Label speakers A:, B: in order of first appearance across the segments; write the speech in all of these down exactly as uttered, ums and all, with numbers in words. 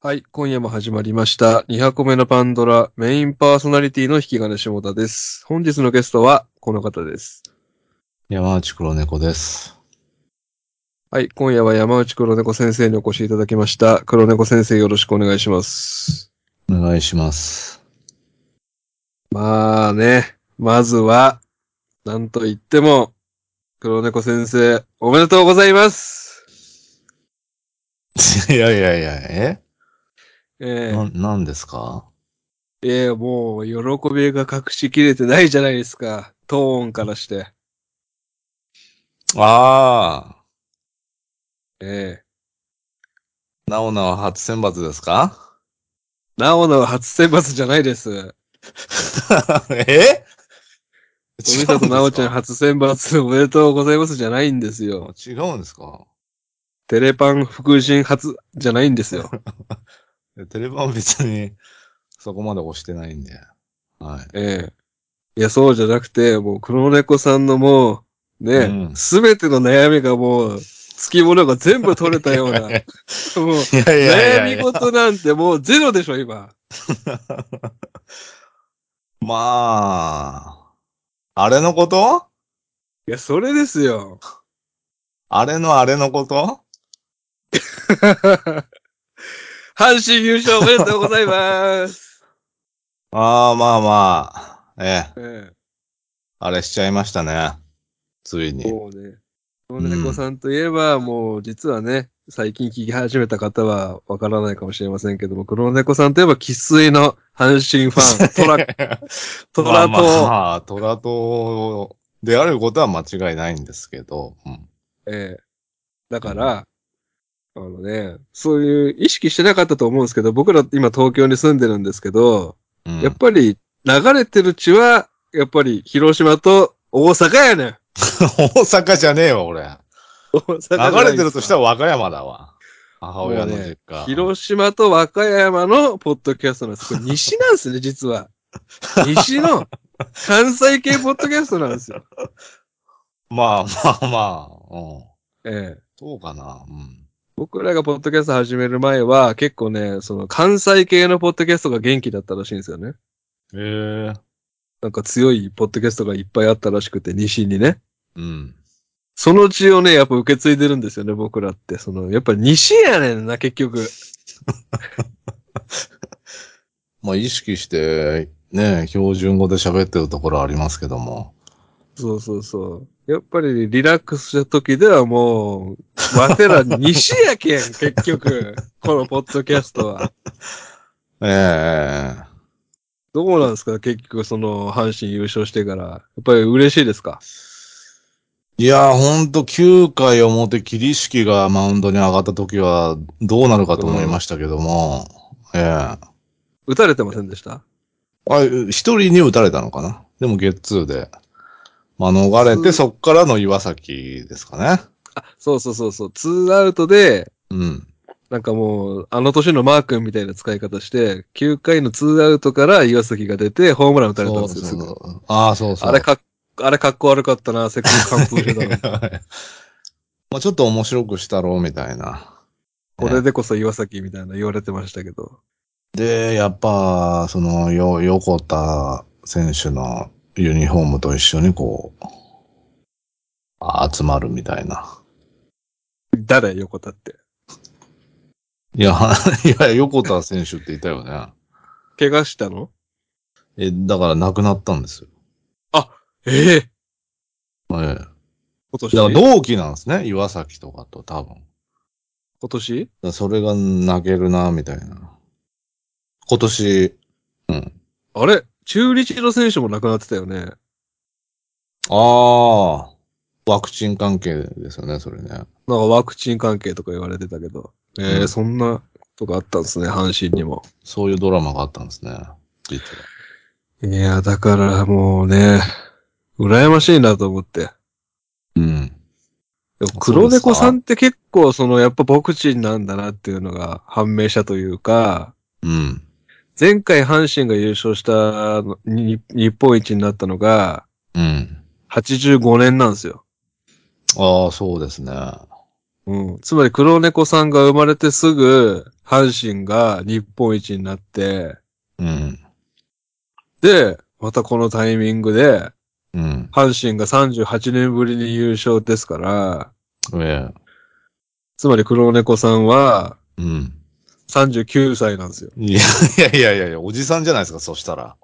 A: はい、今夜も始まりました。にひゃくこめのパンドラ、メインパーソナリティの引き金下田です。本日のゲストはこの方です。
B: 山内黒猫です。
A: はい、今夜は山内黒猫先生にお越しいただきました。黒猫先生よろしくお願いします。
B: お願いします。
A: まあね、まずは、なんと言っても、黒猫先生、おめでとうございます。
B: いやいやいや、えな、
A: え
B: なんですか？
A: えええもう、喜びが隠しきれてないじゃないですか。トーンからして。
B: ああ、
A: ええ
B: なおなお初選抜ですか？
A: なおの初選抜じゃないです。
B: え
A: 富
B: 違うんで
A: 里奈緒ちゃん
B: すか？
A: 初選抜おめでとうございますじゃないんですよ。
B: 違うんですか？
A: テレパン副審初じゃないんですよ。
B: テレビは別にそこまで押してないんで。はい。
A: ええ。いや、そうじゃなくて、もう黒猫さんのもう、ね、
B: うん。
A: すべての悩みがもう、付き物が全部取れたような、もう、
B: いやいやい
A: 悩み
B: やいや。
A: 事なんてもうゼロでしょ、今。
B: まあ、あれのこと？
A: いや、それですよ。
B: あれのあれのこと？
A: 阪神優勝おめでとうございます。
B: ああ、まあまあ、ええ、
A: ええ。
B: あれしちゃいましたね。ついに。
A: もうね、黒
B: うん。
A: 猫さんといえば、もう実はね、最近聞き始めた方はわからないかもしれませんけども、黒猫さんといえば生粋の阪神ファン、トラ、ト
B: まあま
A: ラと、
B: あ、トラ島であることは間違いないんですけど、うん。
A: ええだ
B: うん。
A: から、あのね、そういう意識してなかったと思うんですけど、僕ら今東京に住んでるんですけど、やっ
B: うん。
A: ぱり流れてる血は、やっぱり広島と大阪やねん。
B: 大阪じゃねえわ、俺。
A: 大阪じゃ
B: 流れてるとした
A: ないですか。
B: ら和歌山だわ。母親の
A: もうね、
B: 実家。
A: 広島と和歌山のポッドキャストなんです。これ西なんですね、実は。西の関西系ポッドキャストなんですよ。
B: まあまあまあ、うん。
A: ええ。
B: そうかな。うん。
A: 僕らがポッドキャスト始める前は、結構ね、その関西系のポッドキャストが元気だったらしいんですよね。
B: へえ。
A: なんか強いポッドキャストがいっぱいあったらしくて、西にね。
B: うん。
A: その血をね、やっぱ受け継いでるんですよね、僕らって。その、やっぱ西やねんな、結局。
B: まあ意識して、ね、標準語で喋ってるところありますけども。
A: そうそうそう。やっぱりリラックスした時ではもう、わてら西やけん、結局。このポッドキャストは。
B: ええ。
A: どうなんですか結局その、阪神優勝してから。やっぱり嬉しいですか？
B: いやー、ほんときゅうかい表、桐敷がマウンドに上がった時は、どうなるかと思い
A: うん。
B: ましたけども、ええ
A: 打たれてませんでした？
B: あ、一人に打たれたのかな。でもゲッツーで。まあ、逃れて、
A: ツー、
B: そっからの岩崎ですかね。
A: あ、そうそうそうそう。ツーアウトで、
B: うん。
A: なんかもう、あの年のマー君みたいな使い方して、きゅうかいのツーアウトから岩崎が出て、ホームラン打たれたんですよ、
B: そうそ
A: すぐ。
B: う。ああ、そうそ
A: あれかっ、あれかっこ悪かったな、せっかく完封してたのに。
B: う。まあ、ちょっと面白くしたろう、みたいな。
A: これでこそ岩崎みたいな言われてましたけど。
B: で、やっぱ、その、よ、横田選手のユニフォームと一緒にこう、あ集まるみたいな。
A: 誰横田って。
B: いや、いや、横田選手っていたよね。
A: 怪我したの？
B: え、だから亡くなったんですよ。
A: あ、ええ
B: ええ。だから
A: 今年
B: 同期なんですね。岩崎とかと多分。だか
A: 今年
B: らそれが泣けるな、みたいな。今年、うん。
A: あれ中日の選手も亡くなってたよね。
B: ああ、ワクチン関係ですよね、それね。
A: なんかワクチン関係とか言われてたけど。ええ
B: うん。
A: そんなとかあったんですね、阪神にも。
B: そういうドラマがあったんですね。実は。
A: いや、だからもうね、羨ましいなと思って。
B: うん。
A: でも
B: そう
A: 黒猫さん
B: ですか？
A: って結構そのやっぱボクチンなんだなっていうのが判明したというか、
B: うん。
A: 前回阪神が優勝したのに日本一になったのが
B: うん。
A: はちじゅうごねんなんですよ。
B: ああ、そうですね。
A: うん。つまり黒猫さんが生まれてすぐ、阪神が日本一になって、
B: うん。
A: で、またこのタイミングで、
B: うん。
A: 阪神がさんじゅうはちねんぶりに優勝ですから、
B: ええ。
A: つまり黒猫さんは
B: うん。
A: さんじゅうきゅうさいなんですよ。
B: いやいやいやいやいや、おじさんじゃないですか、そしたら。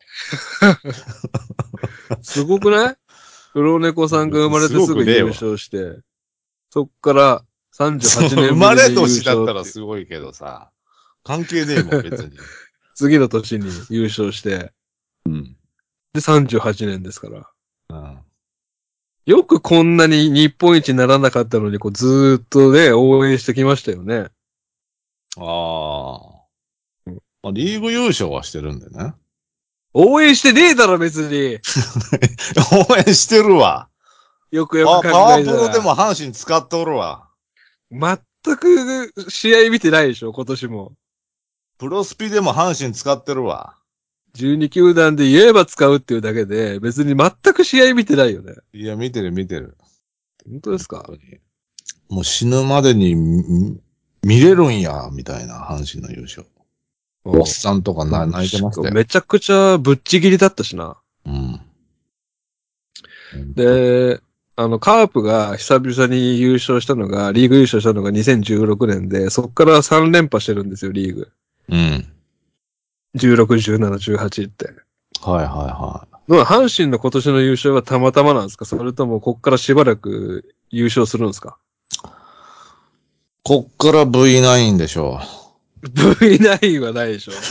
A: すごくない？黒猫さんが生まれ
B: 別にすご
A: てすぐ優
B: くねえわ。
A: 勝して、そっから38
B: そう、生
A: 年ぶ
B: まれ
A: りに優
B: 年だったら
A: 勝って、
B: すごいけどさ、関係ねえもん、別に。
A: 次の年に優勝して、
B: うん。
A: でさんじゅうはちねんですから。
B: うん。
A: よくこんなに日本一にならなかったのに、こうずーっとね、応援してきましたよね。
B: ああ。
A: うん。
B: まあ、リーグ優勝はしてるんでね。
A: 応援してねえだろ、別に。
B: 応援してるわ。
A: よくよく
B: パ、
A: 考
B: パワー
A: えたら。
B: プロでも阪神使っとるわ。
A: 全く試合見てないでしょ、今年も。
B: プロスピでも阪神使ってるわ。
A: じゅうに球団で言えば使うっていうだけで、別に全く試合見てないよね。
B: いや、見てる見てる。
A: 本当ですか？
B: 本当に。もう死ぬまでにみ見れるんや、みたいな阪神の優勝。おっ
A: う
B: さんとかな
A: ん。
B: 泣いてましたよ。
A: めちゃくちゃぶっちぎりだったしな。
B: うん。本当。
A: で、あの、カープが久々に優勝したのが、リーグ優勝したのがにせんじゅうろくねんで、そっからさん連覇してるんですよ、リーグ。
B: うん。
A: じゅうろく、じゅうなな、じゅうはちって。
B: はいはいは
A: どうなの？阪神の今年の優勝はたまたまなんですか？それともこっからしばらく優勝するんですか？
B: い。こっから ブイナイン でしょ
A: ブイナイン はないでしょ。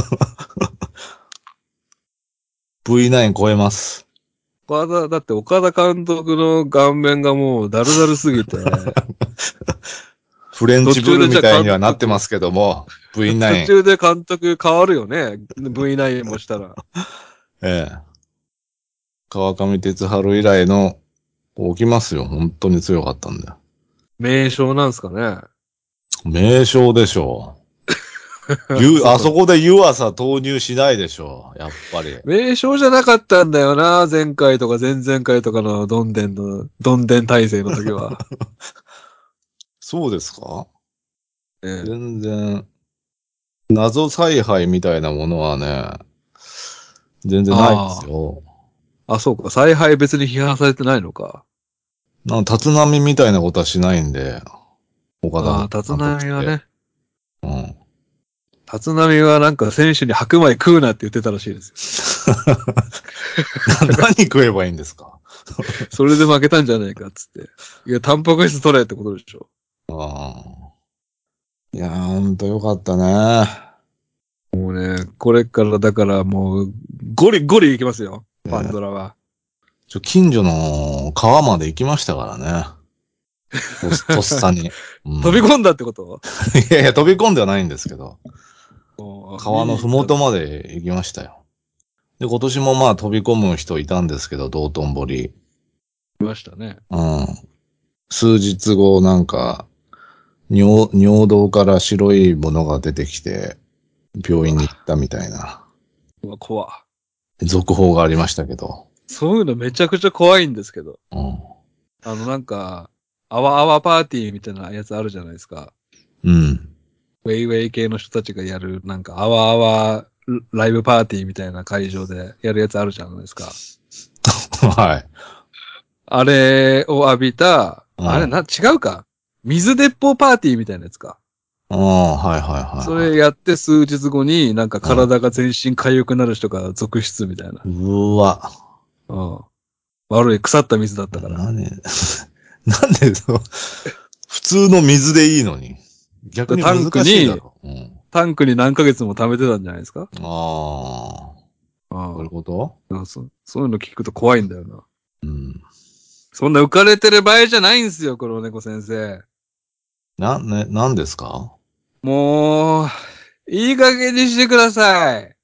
B: う。ブイナイン 超えます。
A: 岡田、だって岡田監督の顔面がもうだるだるすぎて、
B: フレン
A: 途
B: チブルみ
A: 中でじゃあ
B: たいにはなってま
A: 監督、
B: すけども、
A: 途
B: ブイナイン。
A: 中で監督変わるよね。ブイナイン もしたら。
B: ええ。川上哲治以来の、起きますよ。本当に強かったんだよ。
A: 名称なんすかね。
B: 名将でしょう。ゆ、あそ
A: そう。
B: こで湯浅投入しないでしょう。やっぱり。
A: 名称じゃなかったんだよな。前回とか前々回とかのどんでんの、どんでん体制の時は。
B: そうですか？
A: ええ。
B: 全然、謎采配みたいなものはね、全然ないです
A: あ
B: よ。
A: あ。あ、そうか。采配別に批判されてないのか。
B: なんか、立浪みたいなことはしないんで、岡田
A: ああ、立
B: 監督って。
A: 浪はね。
B: うん。
A: 立浪はなんか選手に白米食うなって言ってたらしいですよ。
B: な、何食えばいいんですか？
A: それで負けたんじゃないかっつって。いや、タンパク質取れってことでしょ。
B: ああ。いやー、ほんとよかったね。
A: もうね、これからだからもう、ゴリゴリ行きますよ。パン
B: えー
A: ドラは。
B: ちょ、近所の川まで行きましたからね。とっ、とっさに。うん。
A: 飛び込んだってこと？
B: いやいや、飛び込んではないんですけど、
A: もう見
B: 川のふ
A: に行ったんだ。
B: もとまで行きましたよ。で、今年もまあ飛び込む人いたんですけど、道頓堀。
A: いましたね。
B: うん。数日後、なんか、尿、尿道から白いものが出てきて、
A: うわ、
B: 病院に行ったみたいな、
A: うわ、怖。
B: 続報がありましたけど。
A: そういうのめちゃくちゃ怖いんですけど。
B: うん。
A: あのなんか、アワアワパーティーみたいなやつあるじゃないですか。
B: うん。
A: ウェイウェイ系の人たちがやる、なんかアワアワライブパーティーみたいな会場でやるやつあるじゃないですか。
B: はい。
A: あれを浴びた、
B: うん。
A: あれな、違うか。水鉄砲パーティーみたいなやつか。
B: ああ、はいはいはい
A: そ
B: はい。
A: れやって数日後になんか
B: うん
A: 体が全身痒くなる人が続出みたいな。
B: うわ。
A: うん。悪い腐った水だったから。
B: なに、なんでその、普通の水でいいのに。逆に難
A: タンクに、
B: しいだろ。うん。
A: タンクに何ヶ月も溜めてたんじゃないですか？
B: ああ、そういう
A: あ
B: こと
A: あ。そう、そういうの聞くと怖いんだよな。
B: うん。
A: そんな浮かれてる場合じゃないんすよ、黒猫先生。
B: な、ね、なんですか？
A: もう、いい加減にしてください。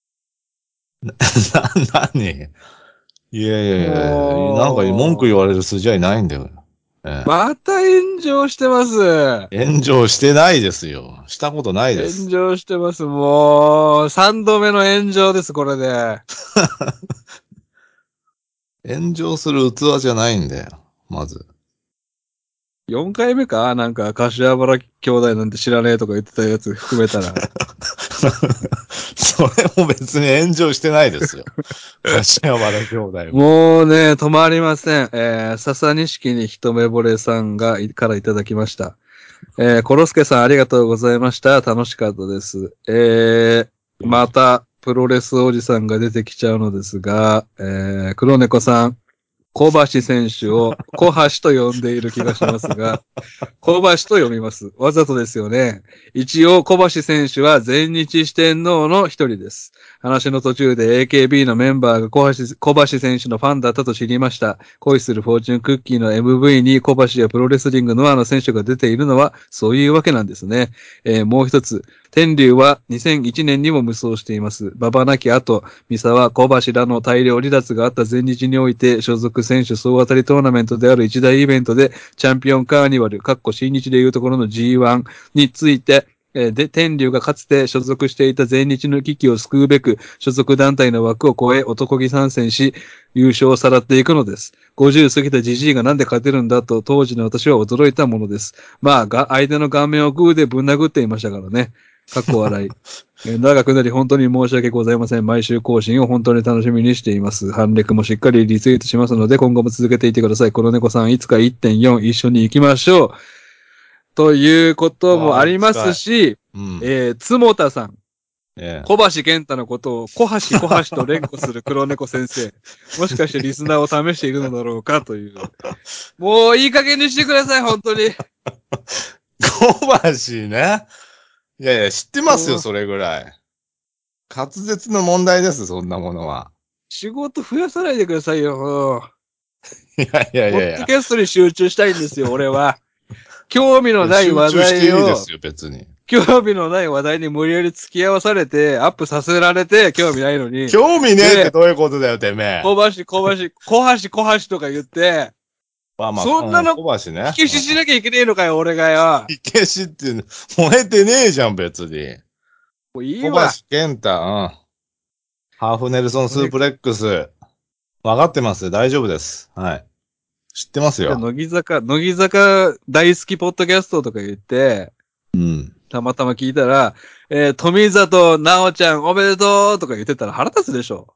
B: な、なにいやいやいや、なんか文句言われる
A: も
B: 筋合いないんだよ。え
A: う、また炎上してます。
B: え、炎上してないですよ。したことないで
A: 炎
B: す。
A: 上してます。もう、三度目の炎上です、これで。
B: 炎上する器じゃないんだよ。まず。
A: よんかいめかなんか、柏原兄弟なんて知らねえとか言ってたやつ含めたら。
B: それも別に炎上してないですよ。柏原兄弟も。
A: もうね、止まりません。えー、笹錦に一目惚れさんがい、からいただきました。えー、コロスケさんありがとうございました。楽しかったです。えー、また、プロレスおじさんが出てきちゃうのですが、えー、黒猫さん、小橋選手を小橋と呼んでいる気がしますが、小橋と読みます。わざとですよね。一応、小橋選手は全日四天王の一人です。話の途中で エーケービー のメンバーが小橋、小橋選手のファンだったと知りました。恋するフォーチュンクッキーの エムブイ に小橋やプロレスリングノアの選手が出ているのはそういうわけなんですね。えー、もう一つ。天竜はにせんいちねんにも無双しています。馬場なき後、三沢、小橋らの大量離脱があった前日において、所属選手総当たりトーナメントである一大イベントで、チャンピオンカーニバル、かっこ新日でいうところの ジーワン について、えーで、天竜がかつて所属していた前日の危機を救うべく、所属団体の枠を超え、男気参戦し、優勝をさらっていくのです。ごじゅう過ぎたジジイがなんで勝てるんだと、当時の私は驚いたものです。まあ、が相手の顔面をグーでぶん殴っていましたからね。かっこ笑い。えー長くなり本当に申し訳ございません。毎週更新を本当に楽しみにしています。反レクもしっかりリツイートしますので、今後も続けていってください。黒猫さん、いつか いってんよん 一緒に行きましょう。ということもありますし、
B: うん。
A: えー、つもたさん。
B: ええ、
A: 小橋健太のことを小橋小橋と連呼する黒猫先生。もしかしてリスナーを試しているのだろうかという。もういい加減にしてください、本当に。
B: 小橋ね。いやいや、知ってますよ、
A: もう
B: それぐらい。滑舌の問題です、そんなものは。
A: 仕事増やさないでくださいよ。もう
B: いやいやい
A: ポッ
B: やいや。
A: ドキャストに集中したいんですよ、俺は。興味のない
B: 集
A: 話
B: 中して
A: 題を、
B: いいですよ、別に。
A: 興味のない話題に無理やり付き合わされて、アップさせられて、興味ないのに。
B: 興味ねえって
A: で、
B: どういうことだよ、てめえ。
A: 小橋、小橋、小橋、小橋とか言って、
B: まあまあ、うん、
A: そんなの、
B: 小橋ね。
A: 火消ししなきゃいけねえのかよ、俺がよ。
B: 火消しっていうの、燃えてねえじゃん、別に。
A: もういい
B: 小
A: わ。
B: 橋健太、うん。ハーフネルソンスープレックス。わかってますよ、大丈夫です。はい。知ってます
A: で、
B: よ。
A: 乃木坂、乃木坂大好きポッドキャストとか言って、
B: うん。
A: たまたま聞いたら、えー、富里奈緒ちゃんおめでとうとか言ってたら腹立つでしょ。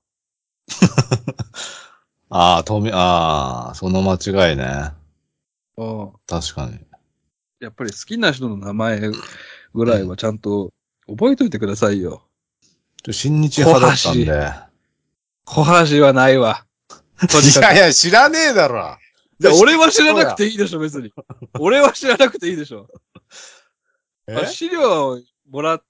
B: ああ、とみ、ああ、その間違いね。
A: うん。
B: 確かに。
A: やっぱり好きな人の名前ぐらいはちゃんと覚えといてくださいよ。
B: 新日
A: 小
B: 派だったん
A: 橋。
B: で。
A: 小橋はないわ。とにかく。
B: いやいや、知らねえだろ。
A: じゃあ俺は知らなく
B: て。
A: ていいでしょ、別に。俺は知らなくていいでしょ。あ、
B: え
A: 資料もらって、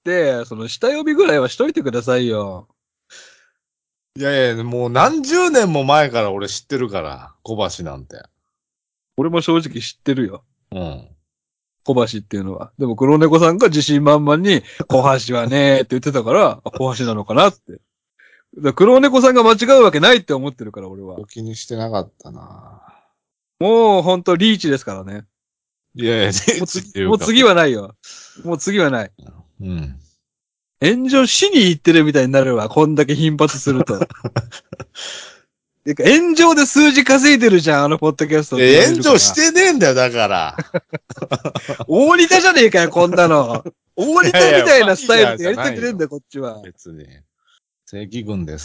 A: その下読みぐらいはしといてくださいよ。
B: いやいや、もう何十年も前から俺知ってるから、小橋なんて。
A: 俺も正直知ってるよ。
B: うん。
A: 小橋っていうのは。でも黒猫さんが自信満々に、小橋はねーって言ってたから、あ小橋なのかなって。だから黒猫さんが間違うわけないって思ってるから、俺は。
B: お気にしてなかったな。
A: もうほんとリーチですからね。
B: いやいや、
A: もう次、
B: っていうか。
A: もう次はないよ。もう次はない。
B: うん。
A: 炎上しに行ってるみたいになるわ。こんだけ頻発すると。てか炎上で数字稼いでるじゃん、あのポッドキャストって言われ
B: 炎
A: るから。
B: 上してねえんだよ、だから。
A: 大仁田じゃねえかよ、こんなの。大仁田みたいなスタイルでやりたくねえんだよ、こっちは。
B: 別に。正規軍です。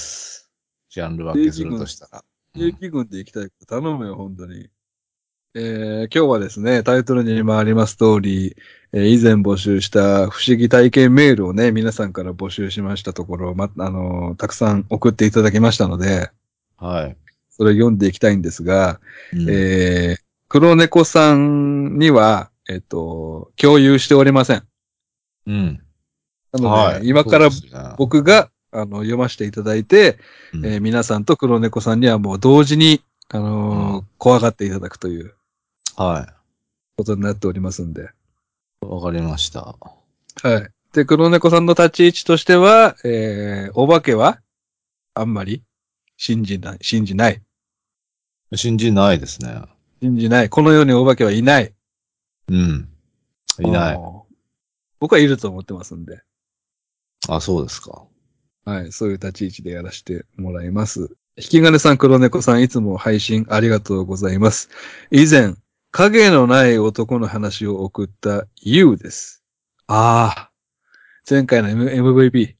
B: ジャンル分けするとしたら。
A: 正規軍で行きたいから頼むよ、本当に。えー、今日はですね、タイトルにもあります通り、えー以前募集した不思議体験メールをね、皆さんから募集しましたところ、ま、あのーたくさん送っていただきましたので、
B: はい。
A: それを読んでいきたいんですが、
B: うん
A: えー、黒猫さんには、えっと、共有しておりません。
B: うん。
A: なので、
B: はい。
A: 今から
B: そうですね
A: 僕が、あの、読ませていただいて、
B: うん
A: えー皆さんと黒猫さんにはもう同時に、あのー
B: うん
A: 怖がっていただくという
B: は
A: ことになっておりますんで。
B: い。わかりました。
A: はい。で、黒猫さんの立ち位置としては、えー、お化けはあんまり信じない、信じない。
B: 信じないですね。
A: 信じない。この世にお化けはいない。
B: うん。いない。
A: あー僕はいると思ってますんで。
B: あ、そうですか。
A: はい。そういう立ち位置でやらせてもらいます。引き金さん、黒猫さん、いつも配信ありがとうございます。以前、 影のない男の話を送った ユー です。ああ、前回の M- エムブイピー。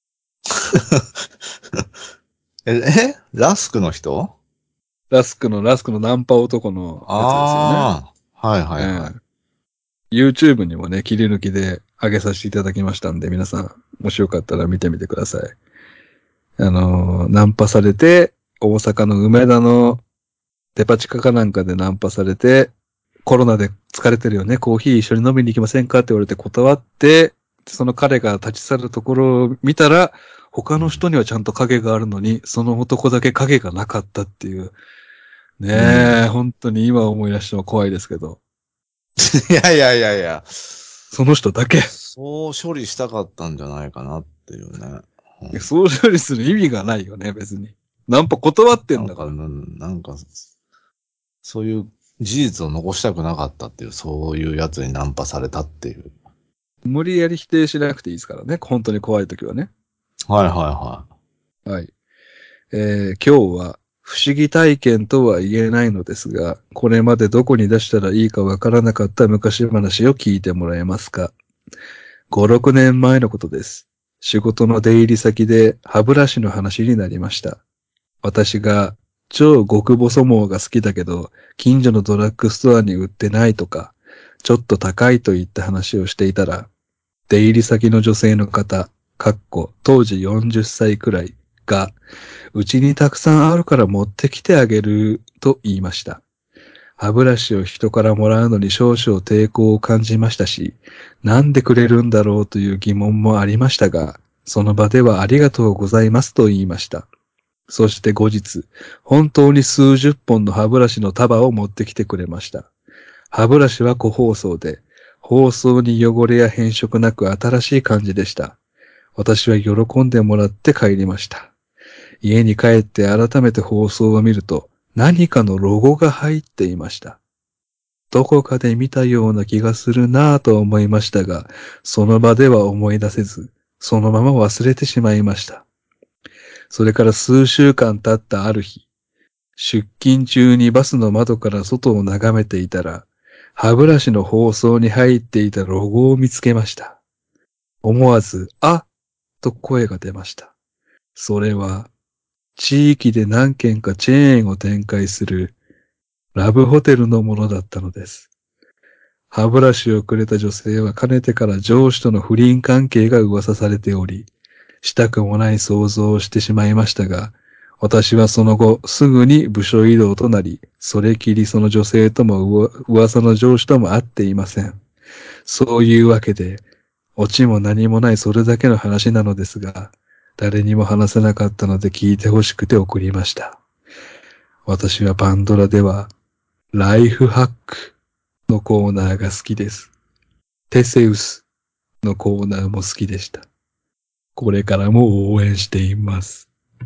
B: え、えラスクの人？
A: ラスクの、ラスクのナンパ男のやつですよね。
B: ああ、はいはいはい。
A: ええ YouTube にもね、切り抜きで上げさせていただきましたんで、皆さん、もしよかったら見てみてください。あのーナンパされて、大阪の梅田のデパ地下かなんかでナンパされて、コロナで疲れてるよね、コーヒー一緒に飲みに行きませんかって言われて断って、その彼が立ち去るところを見たら、他の人にはちゃんと影があるのに、その男だけ影がなかったっていう。ねえ、
B: うん。
A: 本当に今思い出しても怖いですけど、
B: いやいやいやいや。
A: その人だけ。
B: そう処理したかったんじゃないかなっていうね。うん、
A: そう処理する意味がないよね、別に。ナンパ断ってん
B: なんか、
A: だから。
B: なんか、そういう事実を残したくなかったっていう、そういうやつにナンパされたっていう。
A: 無理やり否定しなくていいですからね、本当に怖い時はね。
B: はいはいは
A: はい。えー今日は不思議体験とは言えないのですが、これまでどこに出したらいいかわからなかった昔話を聞いてもらえますか？ ご、ろくねんまえのことです。仕事の出入り先で歯ブラシの話になりました。私が超極細毛が好きだけど、近所のドラッグストアに売ってないとか、ちょっと高いといった話をしていたら、出入り先の女性の方、かっこ当時よんじゅっさいくらいが、うちにたくさんあるから持ってきてあげると言いました。歯ブラシを人からもらうのに少々抵抗を感じましたし、なんでくれるんだろうという疑問もありましたが、その場ではありがとうございますと言いました。そして後日、本当に数十本の歯ブラシの束を持ってきてくれました。歯ブラシは個包装で、包装に汚れや変色なく新しい感じでした。私は喜んでもらって帰りました。家に帰って改めて放送を見ると、何かのロゴが入っていました。どこかで見たような気がするなぁと思いましたが、その場では思い出せず、そのまま忘れてしまいました。それから数週間経ったある日、出勤中にバスの窓から外を眺めていたら、歯ブラシの包装に入っていたロゴを見つけました。思わず、あと声が出ました。それは、地域で何軒かチェーンを展開するラブホテルのものだったのです。歯ブラシをくれた女性はかねてから上司との不倫関係が噂されており、したくもない想像をしてしまいましたが、私はその後すぐに部署移動となり、それきりその女性ともうわ噂の上司とも会っていません。そういうわけで、オチも何もないそれだけの話なのですが、誰にも話せなかったので聞いてほしくて送りました。私はパンドラでは、ライフハックのコーナーが好きです。テセウスのコーナーも好きでした。これからも応援しています。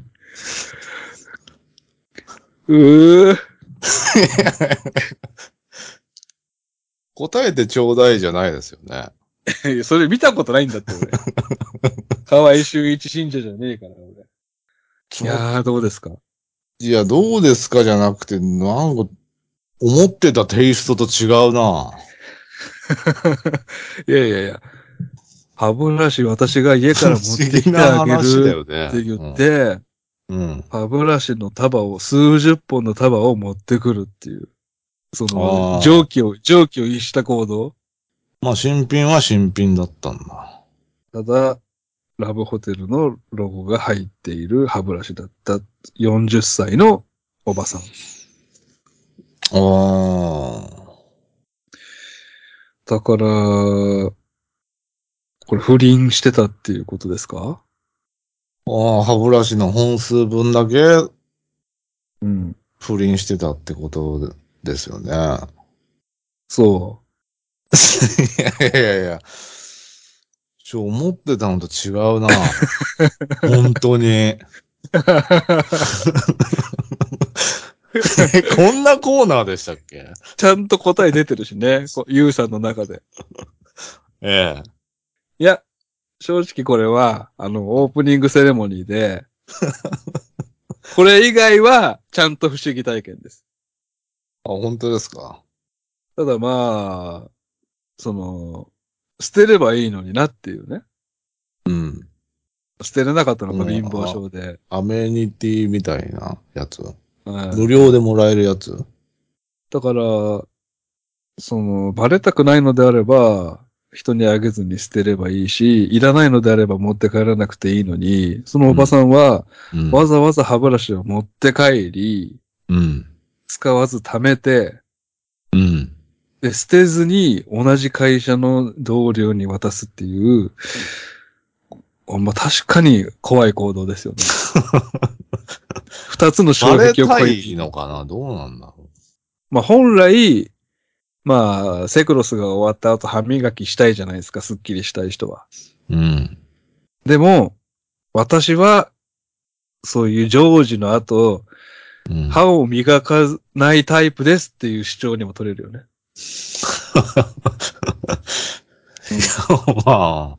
A: うー。
B: 答えてちょうだいじゃないですよね。
A: それ見たことないんだって、俺。河合俊一信者じゃねえから、俺。
B: ちょ、
A: いやー、どうですか？
B: いや、どうですかじゃなくて、なんか、思ってたテイストと違うな。
A: いやいやいや、歯ブラシ私が家から
B: 不
A: 持っ
B: 思議な
A: てきてあげ
B: 話だ
A: る
B: よね。
A: って言っ
B: うん。
A: て、
B: うん。
A: 歯ブラシの束を、数十本の束を持ってくるっていう、その、
B: ああ。
A: 蒸気を、蒸気を逸した行動。
B: まあ、新品は新品だったんだ。
A: ただ、ラブホテルのロゴが入っている歯ブラシだったよんじゅっさいのおばさん。
B: ああ。
A: だから、これ不倫してたっていうことですか？
B: ああ、歯ブラシの本数分だけ
A: うん。
B: 不倫してたってことですよね。
A: そ
B: いやいやいや。ちょ、思ってたのと違うな。本当に。え、こんなコーナーでしたっけ？
A: ちゃんと答え出てるしね。こうユウさんの中で。
B: ええ。
A: いや、正直これは、あの、オープニングセレモニーで、これ以外は、ちゃんと不思議体験です。
B: あ、本当ですか？
A: ただまあ、その、捨てればいいのになっていうね。
B: うん。
A: 捨てれなかったのか、貧乏
B: も
A: 症で。
B: う、あ、アメニティみたいなやつ。無
A: はい。
B: 料でもらえるやつ。
A: だから、その、バレたくないのであれば、人にあげずに捨てればいいし、いらないのであれば持って帰らなくていいのに、そのおばさんは、
B: うん。
A: わざわざ歯ブラシを持って帰り、
B: うん。
A: 使わず貯めて、
B: うん。
A: で、捨てずに同じ会社の同僚に渡すっていう、まあ確かに怖い行動ですよね。二つの
B: バレ
A: 障壁を
B: たい
A: 越えている。
B: のかな、どうなんだろ
A: まあ本来、まあ、セクロスが終わった後歯磨きしたいじゃないですか、スッキリしたい人は。
B: う。うん。
A: でも、私は、そういう常時の後、
B: うん。
A: 歯を磨かないタイプですっていう主張にも取れるよね。うん。
B: ま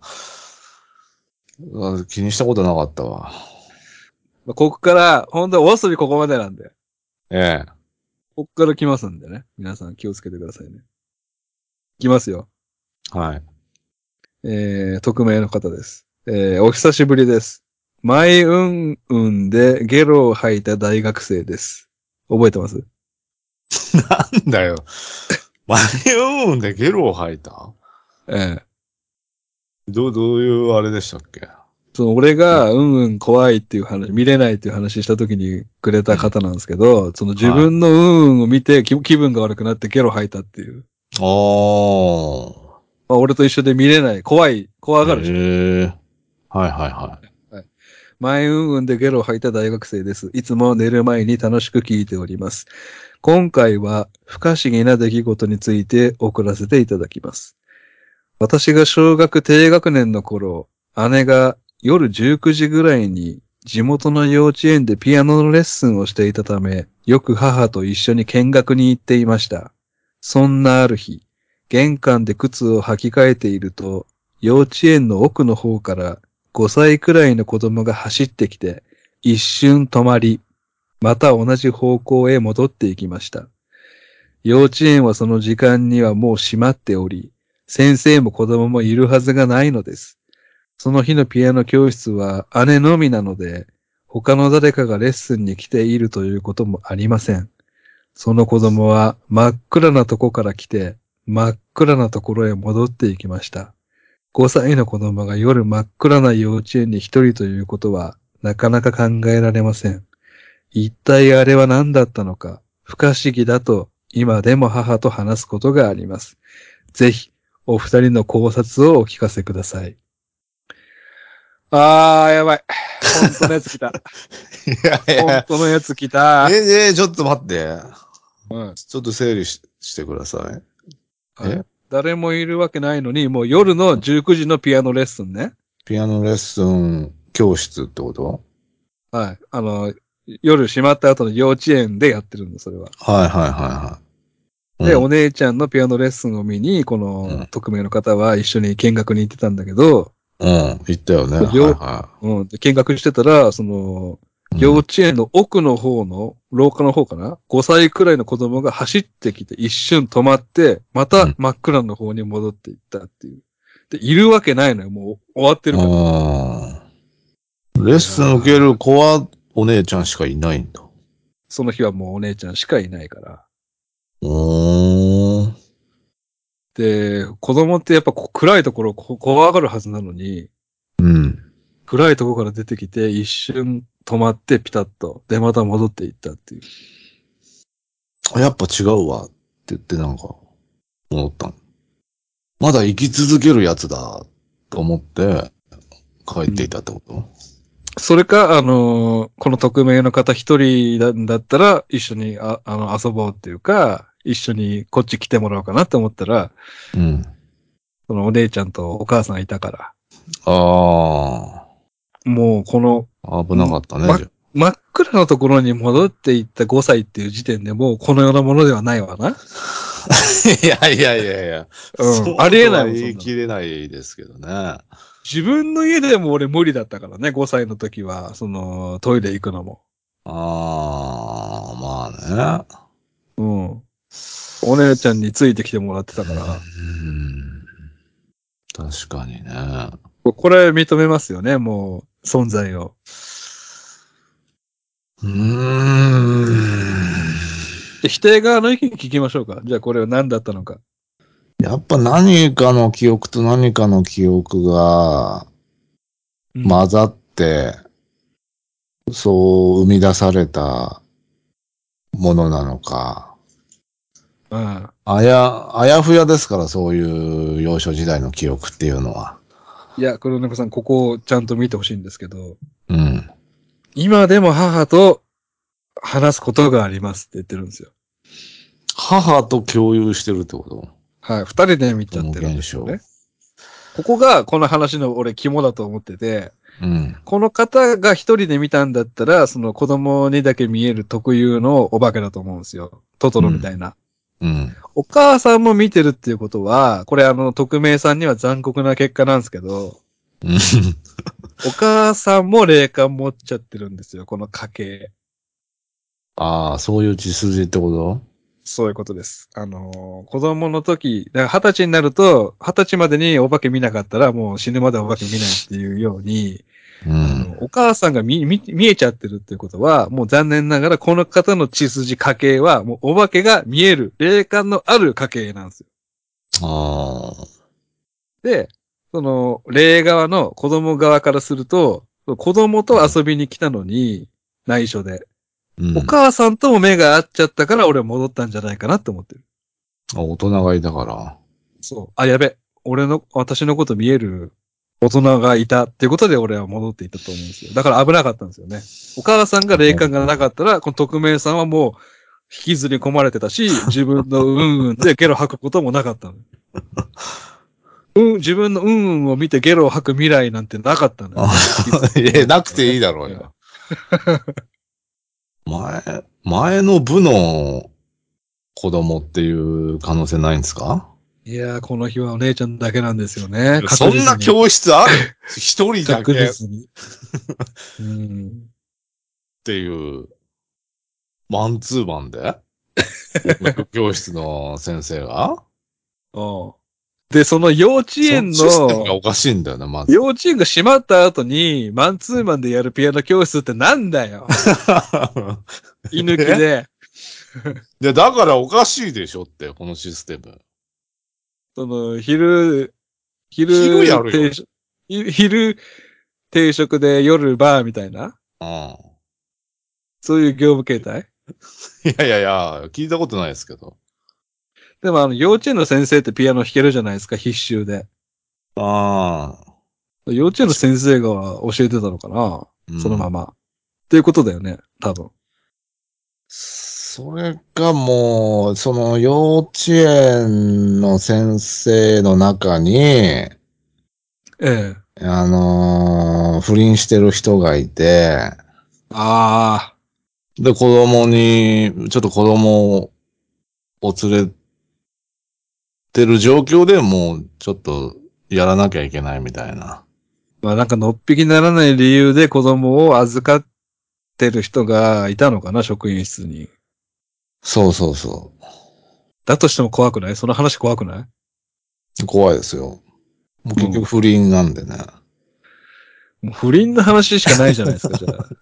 B: あ、気にしたことなかったわ。
A: まあ、ここから、本当にお遊びここまでなんで、
B: ええ。
A: ここから来ますんでね。皆さん気をつけてくださいね。来ますよ。
B: はい。
A: えー、匿名の方です。えー、お久しぶりです。前運運でゲロを吐いた大学生です。覚えてます？
B: なんだよ。マリオーンでゲロを吐いた
A: ええ。
B: どう、どういうあれでしたっけ？
A: その俺
B: うん。
A: がうんうん怖いっていう話、見れないっていう話した時にくれた方なんですけど、その自
B: はい。
A: 分のうんうんを見て気気分が悪くなってゲロ吐いたっていう。
B: おー。
A: まあ、俺と一緒で見れない、怖い、怖がる人。
B: へえ。はいはいは
A: はい。前運運でゲロを吐いた大学生です。いつも寝る前に楽しく聞いております。今回は不可思議な出来事について送らせていただきます。私が小学低学年の頃、姉が夜じゅうくじぐらいに地元の幼稚園でピアノのレッスンをしていたため、よく母と一緒に見学に行っていました。そんなある日、玄関で靴を履き替えていると、幼稚園の奥の方からごさいくらいの子供が走ってきて、一瞬止まり、また同じ方向へ戻っていきました。幼稚園はその時間にはもう閉まっており、先生も子供もいるはずがないのです。その日のピアノ教室は姉のみなので、他の誰かがレッスンに来ているということもありません。その子供は真っ暗なとこから来て、真っ暗なところへ戻っていきました。ごさいの子供が夜真っ暗な幼稚園に一人ということは、なかなか考えられません。一体あれは何だったのか、不可思議だと、今でも母と話すことがあります。ぜひ、お二人の考察をお聞かせください。あー、やばい。本当のやつ来た。
B: い。いやいや、
A: 本当のやつ来た。
B: え、え、ちょっと待って。
A: うん。
B: ちょっと整理し、してください。
A: はい。
B: え
A: 誰もいるわけないのに、もう夜のじゅうくじのピアノレッスンね。
B: ピアノレッスン教室ってこと？
A: はい。あの、夜閉まった後の幼稚園でやってるんだ、それは。
B: はいはいはいは
A: で、
B: い。うん。
A: お姉ちゃんのピアノレッスンを見に、この
B: うん。
A: 匿名の方は一緒に見学に行ってたんだけど、
B: うん。言ったよね。はい
A: よ、
B: は
A: うん、で見学してたら、その、
B: い。うん。
A: 幼稚園の奥の方の、廊下の方かな？ ご 歳くらいの子供が走ってきて一瞬止まって、また
B: うん。
A: 真っ暗の方に戻っていったっていう。で、いるわけないのよ。もう終わってるから。
B: あー、レッ
A: い
B: スン受け
A: やー、
B: る子はお姉ちゃんしかいないんだ。
A: その日はもうお姉ちゃんしかいないから。
B: うーん。
A: で、子供ってやっぱこう暗いところをこ怖がるはずなのに、
B: うん。
A: 暗いところから出てきて一瞬止まってピタッと。で、また戻っていったっていう。
B: やっぱ違うわって言ってなんか思ったの。まだ生き続けるやつだと思って帰ってい
A: うん。
B: たってこと？
A: それか、あのーこの匿名の方一人だだったら、一緒にあ、あの、遊ぼうっていうか、一緒にこっち来てもらおうかなって思ったら、
B: うん。
A: そのお姉ちゃんとお母さんいたから、
B: あ
A: もうこの、
B: あ、危なか
A: ん
B: ったね、
A: ま、
B: じゃ
A: 真っ暗なところに戻っていったごさいっていう時点でもうこのようなものではないわな。
B: あ。いやいやいやいや、
A: うん。あ
B: そうとは
A: りえないもん、そんなの。
B: 言い切れないですけどね。
A: 自分の家でも俺無理だったからね、ごさいの時は、その、トイレ行くのも。
B: ああ、まあね。
A: うん。 お姉ちゃんについてきてもらってたから。
B: うん。確かにね。
A: これ認めますよね、もう、存在を。
B: うーん。
A: で、否定側の意見聞きましょうか。じゃあこれは何だったのか。
B: やっぱ何かの記憶と何かの記憶が
A: うん。
B: 混ざって、そう生み出されたものなのか。
A: うん。
B: あや、あやふやですから、そういう幼少時代の記憶っていうのは。
A: いや、黒猫さん、ここをちゃんと見てほしいんですけど、
B: うん。
A: 今でも母と話すことがありますって言ってるんですよ。
B: 母と共有してるってこと？
A: はい。二人で見ち
B: その
A: ゃってるんで
B: 現象。
A: すよね。ここがこの話の俺肝だと思ってて、
B: うん。
A: この方が一人で見たんだったら、その子供にだけ見える特有のお化けだと思うんですよ。トト
B: うん。
A: ロみたいな。
B: うん。
A: お母さんも見てるっていうことは、これあの、匿名さんには残酷な結果なんですけど、
B: うん。
A: お母さんも霊感持っちゃってるんですよ、この家系。
B: ああ、そういう血筋ってこと？
A: そういうことです。あのー子供の時、だから二十歳になると、二十歳までにお化け見なかったらもう死ぬまでお化け見ないっていうように、
B: うん。
A: あの、お母さんが見、見、見えちゃってるっていうことは、もう残念ながらこの方の血筋家系は、もうお化けが見える、霊感のある家系なんですよ。
B: ああ。
A: で、その、霊側の子供側からすると、子供と遊びに来たのに、内緒で。お
B: うん。
A: 母さんとも目が合っちゃったから俺は戻ったんじゃないかなって思ってる。
B: あ、大人がいたから。
A: そう。あ、やべ。俺の、私のこと見える大人がいたっていうことで俺は戻っていったと思うんですよ。だから危なかったんですよね。お母さんが霊感がなかったら、この匿名さんはもう引きずり込まれてたし、自分のうんうんでゲロ吐くこともなかったの。うん、自分のうんうんを見てゲロを吐く未来なんてなかったのよ。
B: あ
A: もう引きずり込ま
B: いや、
A: れてたからね。
B: なくていいだろうよ。前、前の部の子供っていう可能性ないんですか？
A: いやー、この日はお姉ちゃんだけなんですよね。確
B: そんな
A: 実に。
B: 教室ある？一人だ
A: 確
B: けっ
A: 実に。うん。
B: ていう、マンツーマンで音楽教室の先生が
A: うん。で、その幼稚
B: その
A: 園
B: システムが
A: の、
B: おかしいんだよね、まず。
A: 幼稚園が閉まった後に、マンツーマンでやるピアノ教室ってなんだよ。居抜き
B: え
A: で。
B: で、だからおかしいでしょって、このシステム。
A: その、昼、昼
B: 昼やるよ。
A: 定食、ひ昼定食で夜バーみたいな、
B: うん。
A: そういう業務形態。
B: いやいやいや、聞いたことないですけど。
A: でもあの、幼稚園の先生ってピアノ弾けるじゃないですか、必修で。
B: ああ。
A: 幼稚園の
B: 確か
A: 先生が教えてたのかな、
B: に。うん。
A: そのまま。っていうことだよね、多分。
B: それがもう、その幼稚園の先生の中に、
A: ええ。
B: あのー不倫してる人がいて、
A: ああ。
B: で、子供に、ちょっと子供を連れてる状況でもう、ちょっとやらなきゃいけないみたいな。
A: まあなんかのっぴきならない理由で子供を預かってる人がいたのかな、職員室に。
B: そうそうそ
A: だとしても怖くない？その話怖くない？
B: う。怖いですよ。もう結局
A: うん。
B: 不倫なんでね。
A: もう不倫の話しかないじゃないですか、じゃあ。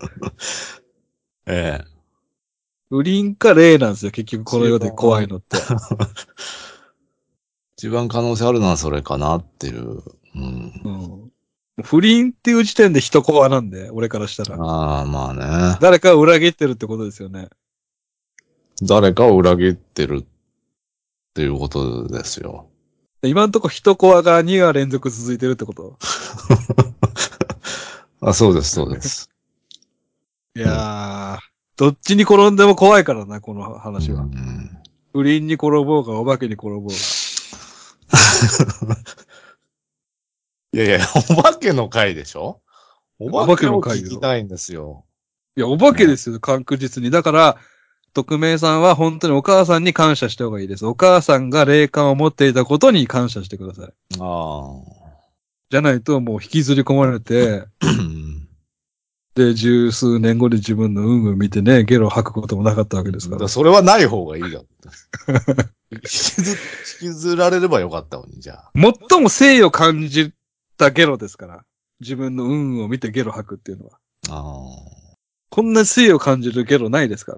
B: ええ。
A: 不倫か霊なんですよ、結局この
B: 一
A: 世で怖い
B: 番、
A: のって。
B: 一番可能性あるのはそれかなっていう。うん。
A: うん。不倫っていう時点で人怖なんで、俺からしたら。
B: ああ、まあね。
A: 誰かを裏切ってるってことですよね。
B: 誰かを裏切ってるっていうことですよ。
A: 今んとこ人コアがにわ連続続いてるってこと？
B: あ、そうです、そうです。
A: い
B: うん。
A: やー、どっちに転んでも怖いからな、この
B: う
A: 話は。
B: ん。
A: 不倫に転ぼうが、お化けに転ぼうが。
B: いやいや、お化けの回でしょ？お
A: お化けの
B: 化けを聞
A: 回よ。
B: きたいんですよ。
A: いや、お化けで
B: ね。
A: すよ、確実に。だから、匿名さんは本当にお母さんに感謝した方がいいです。お母さんが霊感を持っていたことに感謝してください。
B: ああ。
A: じゃないともう引きずり込まれて、
B: うん。
A: で、十数年後で自分の運を見てね、ゲロ吐くこともなかったわけですから。
B: だからそれはない方がいいだ。引きず、引きずられればよかったのに、じゃあ。
A: 最も誠意を感じたゲロですから。自分の運を見てゲロ吐くっていうのは。
B: あ
A: こんな誠意を感じるゲロないですから。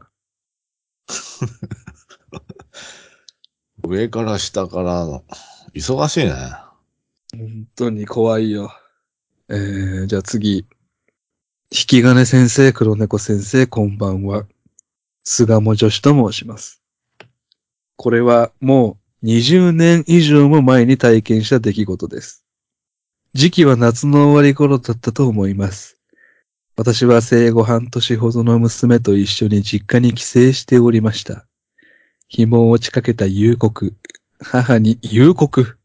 B: 上から下からの、忙しいね。
A: 本当に怖いよ。えー、じゃあ次。引き金先生、黒猫先生、こんばんは。菅も女子と申します。これはもうにじゅうねん以上も前に体験した出来事です。時期は夏の終わり頃だったと思います。私は生後半年ほどの娘と一緒に実家に帰省しておりました。紐を打ちかけた夕刻。母に夕刻。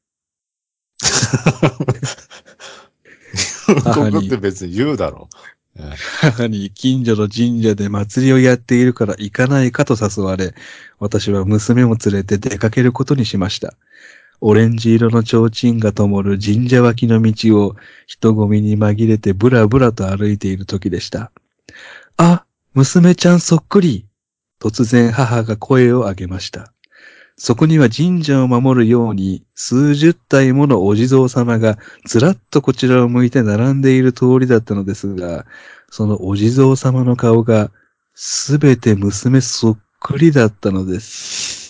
A: 母
B: ここって
A: に、
B: 別に言うだろう。え
A: 母に近所の神社で祭りをやっているから行かないかと誘われ、私は娘を連れて出かけることにしました。オレンジ色の提灯が灯る神社脇の道を人混みに紛れてブラブラと歩いている時でした。あ、娘ちゃんそっくり。突然母が声を上げました。そこには神社を守るように数十体ものお地蔵様がずらっとこちらを向いて並んでいる通りだったのですが、そのお地蔵様の顔がすべて娘そっくりだったのです。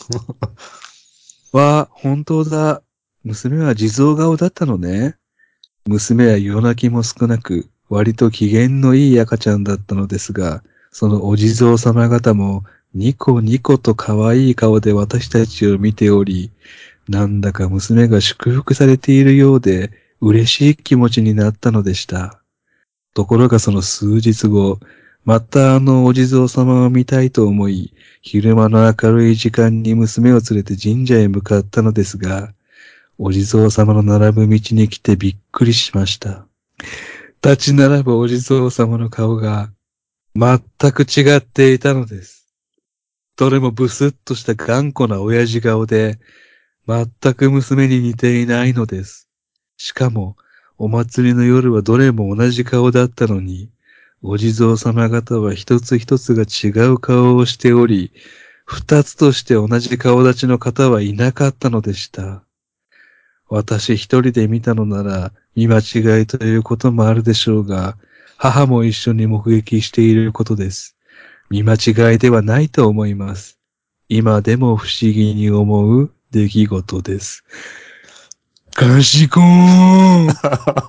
A: わあ、本当だ。娘は地蔵顔だったのね。娘は夜泣きも少なく、割と機嫌のいい赤ちゃんだったのですが、そのお地蔵様方もニコニコと可愛い顔で私たちを見ており、なんだか娘が祝福されているようで嬉しい気持ちになったのでした。ところがその数日後、またあのお地蔵様を見たいと思い、昼間の明るい時間に娘を連れて神社へ向かったのですが、お地蔵様の並ぶ道に来てびっくりしました。立ち並ぶお地蔵様の顔が全く違っていたのです。どれもブスッとした頑固な親父顔で、全く娘に似ていないのです。しかも、お祭りの夜はどれも同じ顔だったのに、お地蔵様方は一つ一つが違う顔をしており、二つとして同じ顔立ちの方はいなかったのでした。私一人で見たのなら見間違いということもあるでしょうが、母も一緒に目撃していることです。見間違いではないと思います。今でも不思議に思う出来事です。かしこーん。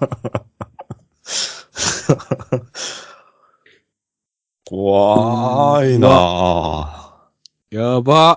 B: 怖いな
A: うわ、
B: ぁ。
A: やば。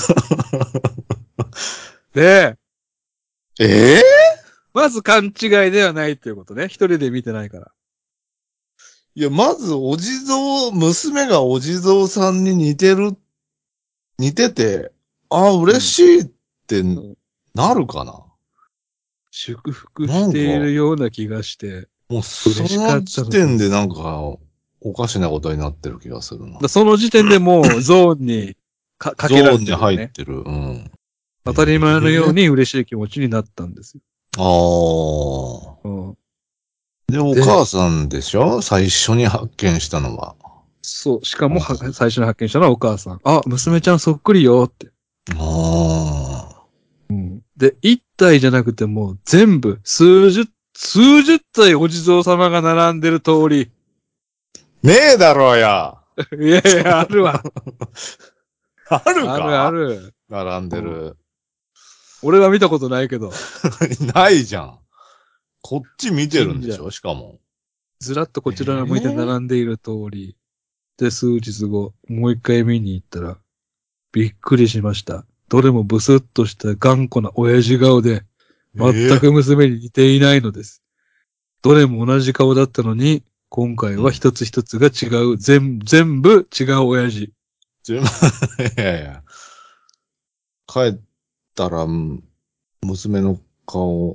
A: で、
B: ええ
A: まず勘違いではないということね。一人で見てないから。
B: いや、まず、お地蔵、娘がお地蔵さんに似てる、似てて、ああ、嬉しいって
A: うん
B: なるかな、
A: 祝福
B: なんか、
A: しているような気がして、
B: もうそ
A: 嬉しか
B: の
A: った
B: 時点で
A: のです。
B: なんか、おかしなことになってる気がするな。
A: だその時点でもうゾーンにかかけられ
B: ゾーンに
A: てるよね。
B: 入ってる。うん。
A: 当たり前のよう
B: ええ
A: に嬉しい気持ちになったんですよ。
B: ああ。
A: うん、
B: で、お
A: で、
B: 母さんでしょ最初に発見したのは。
A: そう、しかもは
B: あ
A: 最初に発見したのはお母さん。あ、娘ちゃんそっくりよって。
B: あ。
A: で、一体じゃなくてもう全部、数十、数十体お地蔵様が並んでる通り。
B: ねえだろうや。
A: いやいや、あるわ。
B: ある
A: あるあ
B: か
A: る。
B: 並んで
A: うん、
B: る。
A: 俺は見たことないけど。
B: ないじゃん。こっち見てるん
A: 神社。
B: でしょしかも。
A: ずらっとこちらを向いて
B: ええ
A: 並んでいる通り。で、数日後、もう一回見に行ったら、びっくりしました。どれもブスッとした頑固な親父顔で、全
B: ええ
A: く娘に似ていないのです。どれも同じ顔だったのに、今回は一つ一つが違う。全、全部違う親父。
B: 全部、いやいや。帰ったら、うん娘の顔、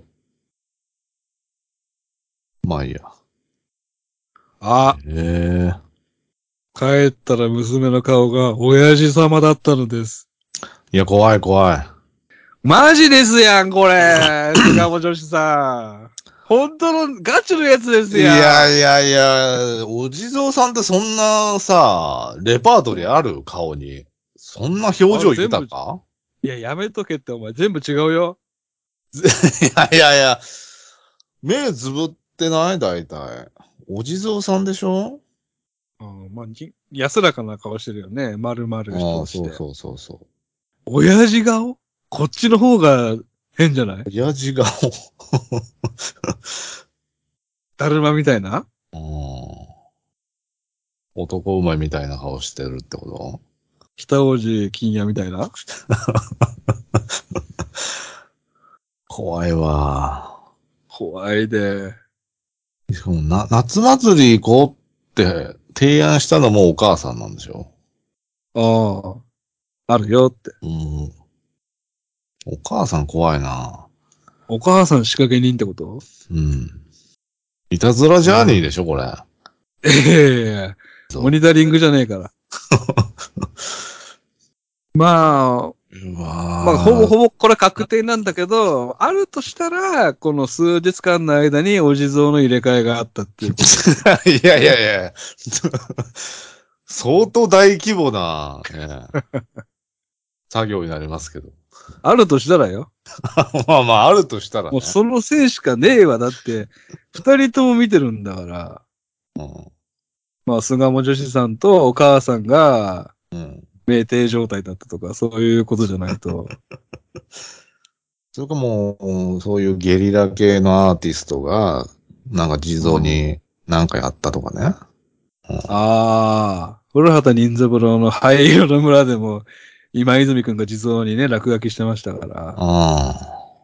B: まあいいや。
A: あ、
B: ええ
A: 帰ったら娘の顔が親父様だったのです。
B: いや、怖い怖い。
A: マジですやん、これ。菅本女子さん。 本当のガチのやつです
B: い
A: よ。
B: やいやいや、お地蔵さんってそんなさ、レパートリーある顔に。そんな表情豊か？
A: いや、やめとけってお前全部違うよ。
B: いやいやいや、目つぶってない大体。お地蔵さんでしょ？
A: うん、まあ、き安らかな顔してるよね。丸々
B: ああ、
A: として。
B: そうそうそうそ
A: 親父顔こっちの方が変じゃない？
B: う。親父顔。
A: だるまみたいな。
B: うん、男馬みたいな顔してるってこ
A: 北王子金也みたいな。
B: と？怖いわ。
A: 怖いで。
B: しかもな、夏祭り行こうって提案したのもお母さんなんでしょ？
A: ああ、あるよって。
B: うん。お母さん怖いな。
A: お母さん仕掛け人ってこと？
B: うん。いたずらジャーニーで
A: ああ。
B: しょ、これ。
A: ええモ
B: そ
A: ニタリングじゃねえから。まあ、
B: う。う
A: まあ、ほぼ
B: わ
A: ほぼこれ確定なんだけど、あるとしたら、この数日間の間にお地蔵の入れ替えがあったっていうことです。
B: ー。いやいやいや。相当大規模な、ね、作業になりますけど。
A: あるとしたらよ。
B: まあまあ、あるとしたらね。
A: もうそのせいしかねえわ。だって、二人とも見てるんだから。
B: うん。
A: まあ、巣鴨女子さんとお母さんが、
B: うん。
A: 酩酊状態だったとか、そういうことじゃないと。
B: それかもう、そういうゲリラ系のアーティストが、なんか地蔵
A: うん、
B: に何かやったとかね。うん、
A: ああ、古畑任三郎の灰色の村でも、今泉くんが地蔵にね、落書きしてましたから。
B: ああ。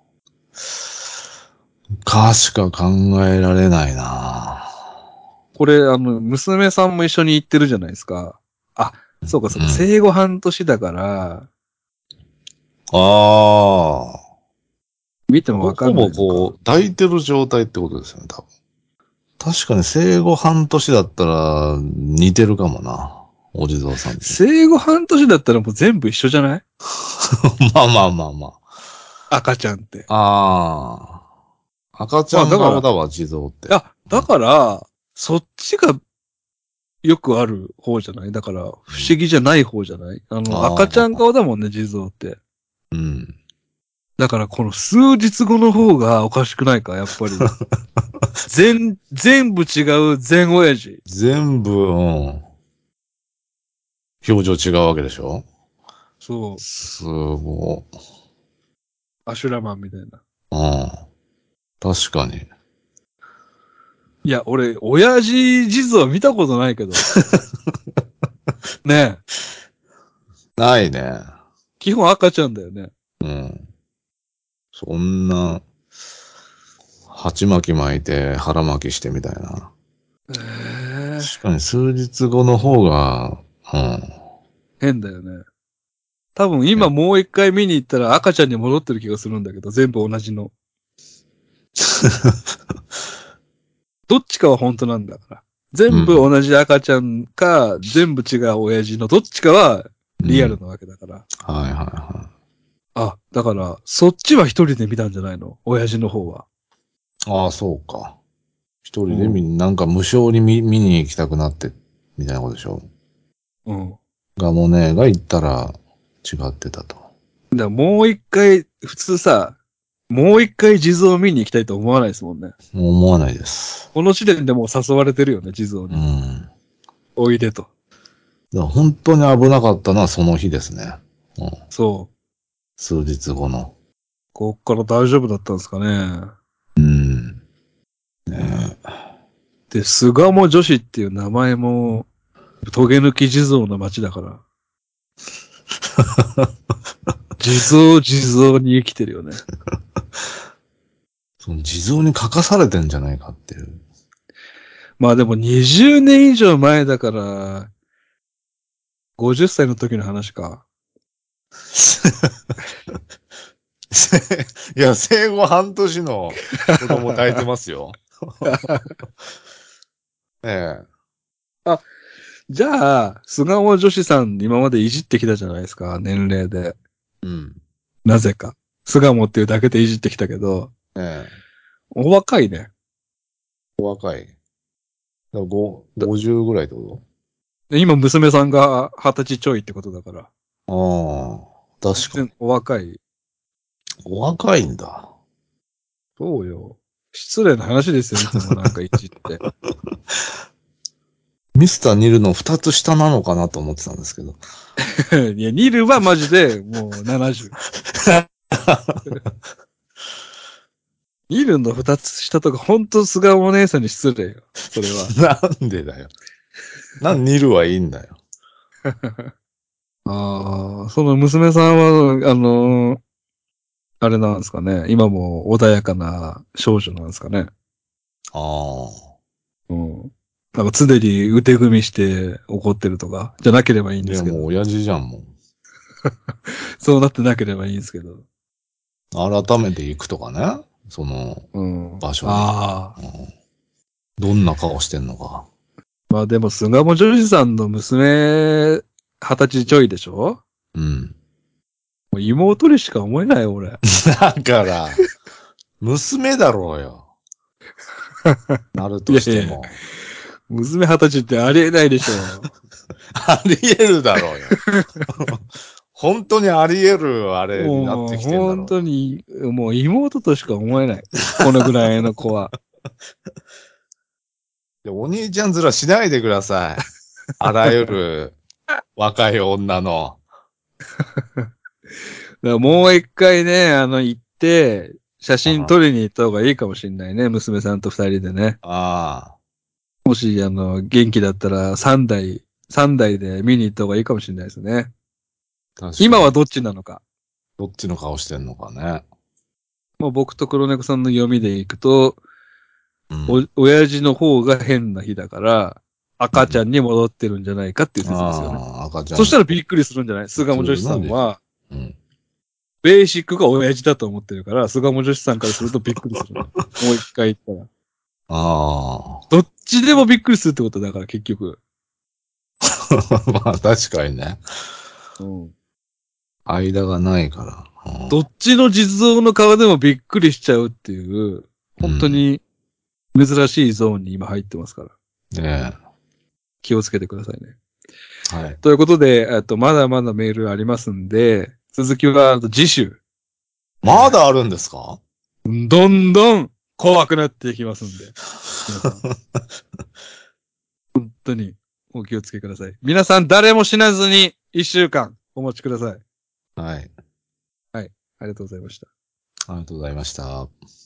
B: かしか考えられないな。
A: これ、あの、娘さんも一緒に行ってるじゃないですか。あ、そうかそうか、
B: うん。
A: 生後半年だから、
B: ああ。
A: 見ても
B: ほ、ほぼ
A: わかんないのか。
B: こう、抱いてる状態ってことですよね、多分。確かに生後半年だったら似てるかもな。お地蔵さんに。
A: 生後半年だったらもう全部一緒じゃない？
B: まあまあまあま
A: 赤ちゃんって。
B: あ。ああ。赤ちゃん
A: まあだから、
B: 顔だわ、地蔵って。
A: あ、だから、そっちがよくある方じゃない？だから、不思議じゃない方じゃない？あの、
B: あ
A: 赤ちゃん
B: あ。
A: 顔だもんね、地蔵って。
B: うん。
A: だから、この数日後の方がおかしくないか、やっぱり。全、全部違う全親父。
B: 全部、うん。表情違うわけでしょ？
A: そう。
B: すご
A: アシュラマンみたいな。
B: い。うん。確かに。
A: いや、俺、親父地蔵見たことないけど。ねえ。
B: ないね。
A: 基本赤ちゃんだよね。
B: うん。そんな、鉢巻き巻いて腹巻きしてみたいな。
A: ええ、
B: 確かに数日後の方が、うん。
A: 変だよね。多分
B: いや
A: 今もう一回見に行ったら赤ちゃんに戻ってる気がするんだけど、全部同じの。どっちかは本当なんだから。全部
B: うん。
A: 同じ赤ちゃんか、全部違う親父のどっちかは
B: うん。
A: リアルなわけだから。
B: はいはいは
A: あ、だから、そっちは一人で見たんじゃないの？親父の方は。
B: い。ああ、そうか。一人で見、
A: うん。
B: なんか無償に見、見に行きたくなって、みたいなことでしょ？
A: うん。
B: ガモネが行ったら違ってたと。
A: だからもう一回、普通さ、もう一回地蔵を見に行きたいと思わないですもんね。
B: もう思わないです。
A: この時点でもう誘われてるよね、地蔵
B: う
A: に。
B: ん。
A: おいでと。
B: だから本当に危なかったのはその日ですね。うん。
A: そう。
B: 数日後の。
A: こっから大丈夫だったんですかね。
B: うん。ね
A: で、巣鴨女子っていう名前も、トゲ抜き地蔵の街だから。地蔵地蔵に生きてるよね。
B: その地蔵に書かされてんじゃないかっていう。
A: まあでもにじゅうねん以上前だから、ごじゅっさいの時の話か。
B: いや、生後半年の子供抱いてますよ。ええ。
A: あ、じゃあ、巣鴨女子さん今までいじってきたじゃないですか、年齢で。
B: うん。
A: なぜか。巣鴨っていうだけでいじってきたけど、
B: ええ。
A: お若いね。
B: 若い。だからごごじゅうぐらいってこ
A: で今、娘さんが二十歳ちょいってことだから。
B: と？ああ、確かに。
A: 全然お若い。
B: お若いんだ。
A: そうよ。失礼な話ですよ、いつもなんかいじって。
B: ミスターニルの二つ下なのかなと思ってたんですけど。
A: いや、ニルはマジでもうななじゅう。ニルの二つ下とか、ほんと菅お姉さんに失礼よ。それは。
B: なんでだよ。なんニルはいいんだよ。
A: ああ、その娘さんは、あのーあれなんですかね。今も穏やかな少女なんですかね。
B: ああ。
A: うん。なんか常に腕組みして怒ってるとか、じゃなければいいん
B: いや、
A: ですけど。
B: もう親父じゃん、もう。
A: そうなってなければいいんですけど。
B: 改めて行くとかね。その
A: うん。
B: 場所に。
A: ああ。
B: うん、どんな顔してんのか。
A: まあでも、菅も女子さんの娘、二十歳ちょいでしょ？
B: うん。
A: もう妹にしか思えないよ、俺。
B: だから、娘だろうよ。なると
A: いやいやいや、
B: しても。
A: 娘二十歳ってありえないでしょ。
B: あり得るだろうよ。本当にあり得るあれになっ
A: もう、
B: てきてんだ
A: 本
B: ろうよ。
A: 当に、もう妹としか思えない。このぐらいの子は。
B: いやお兄ちゃん面しないでください。あらゆる若い女の。
A: だからもう一回ね、あの、行って、写真撮りに行った方がいいかもしれないね。娘さんと二人でね。
B: ああ、
A: もし、あの、元気だったら三台、三台で見に行った方がいいかもしれないですね。
B: 確かに。
A: 今はどっちなのか。
B: どっちの顔してんのかね。
A: もう僕と黒猫さんの読みでいくと、お、
B: うん。
A: 親父の方が変な日だから、赤ちゃんに戻ってるんじゃないかっていう説ですよね。
B: ああ、赤ちゃ
A: そし
B: ん。
A: たらびっくりするんじゃない？巣鴨女子さん
B: びっく
A: は、
B: うん。
A: ベーシックが親父だと思ってるから、巣鴨女子さんからするとびっくりする。もう一回言ったら。
B: あ
A: どっちでもびっくりするってことだから、結局。
B: あ。まあ確かにね。
A: うん。
B: 間がないから。
A: どっちの実像の顔でもびっくりしちゃうっていう、
B: うん。
A: 本当に珍しいゾーンに今入ってますから。
B: ね
A: 気をつけてくださいね。
B: え。はい。
A: ということで、えっと、まだまだメールありますんで、続きはあと次週。
B: まだあるんですか？
A: どんどん怖くなっていきますんで。皆さん、本当にお気をつけください。皆さん誰も死なずに一週間お待ちください。
B: はい。
A: はい。ありがとうございました。
B: ありがとうございました。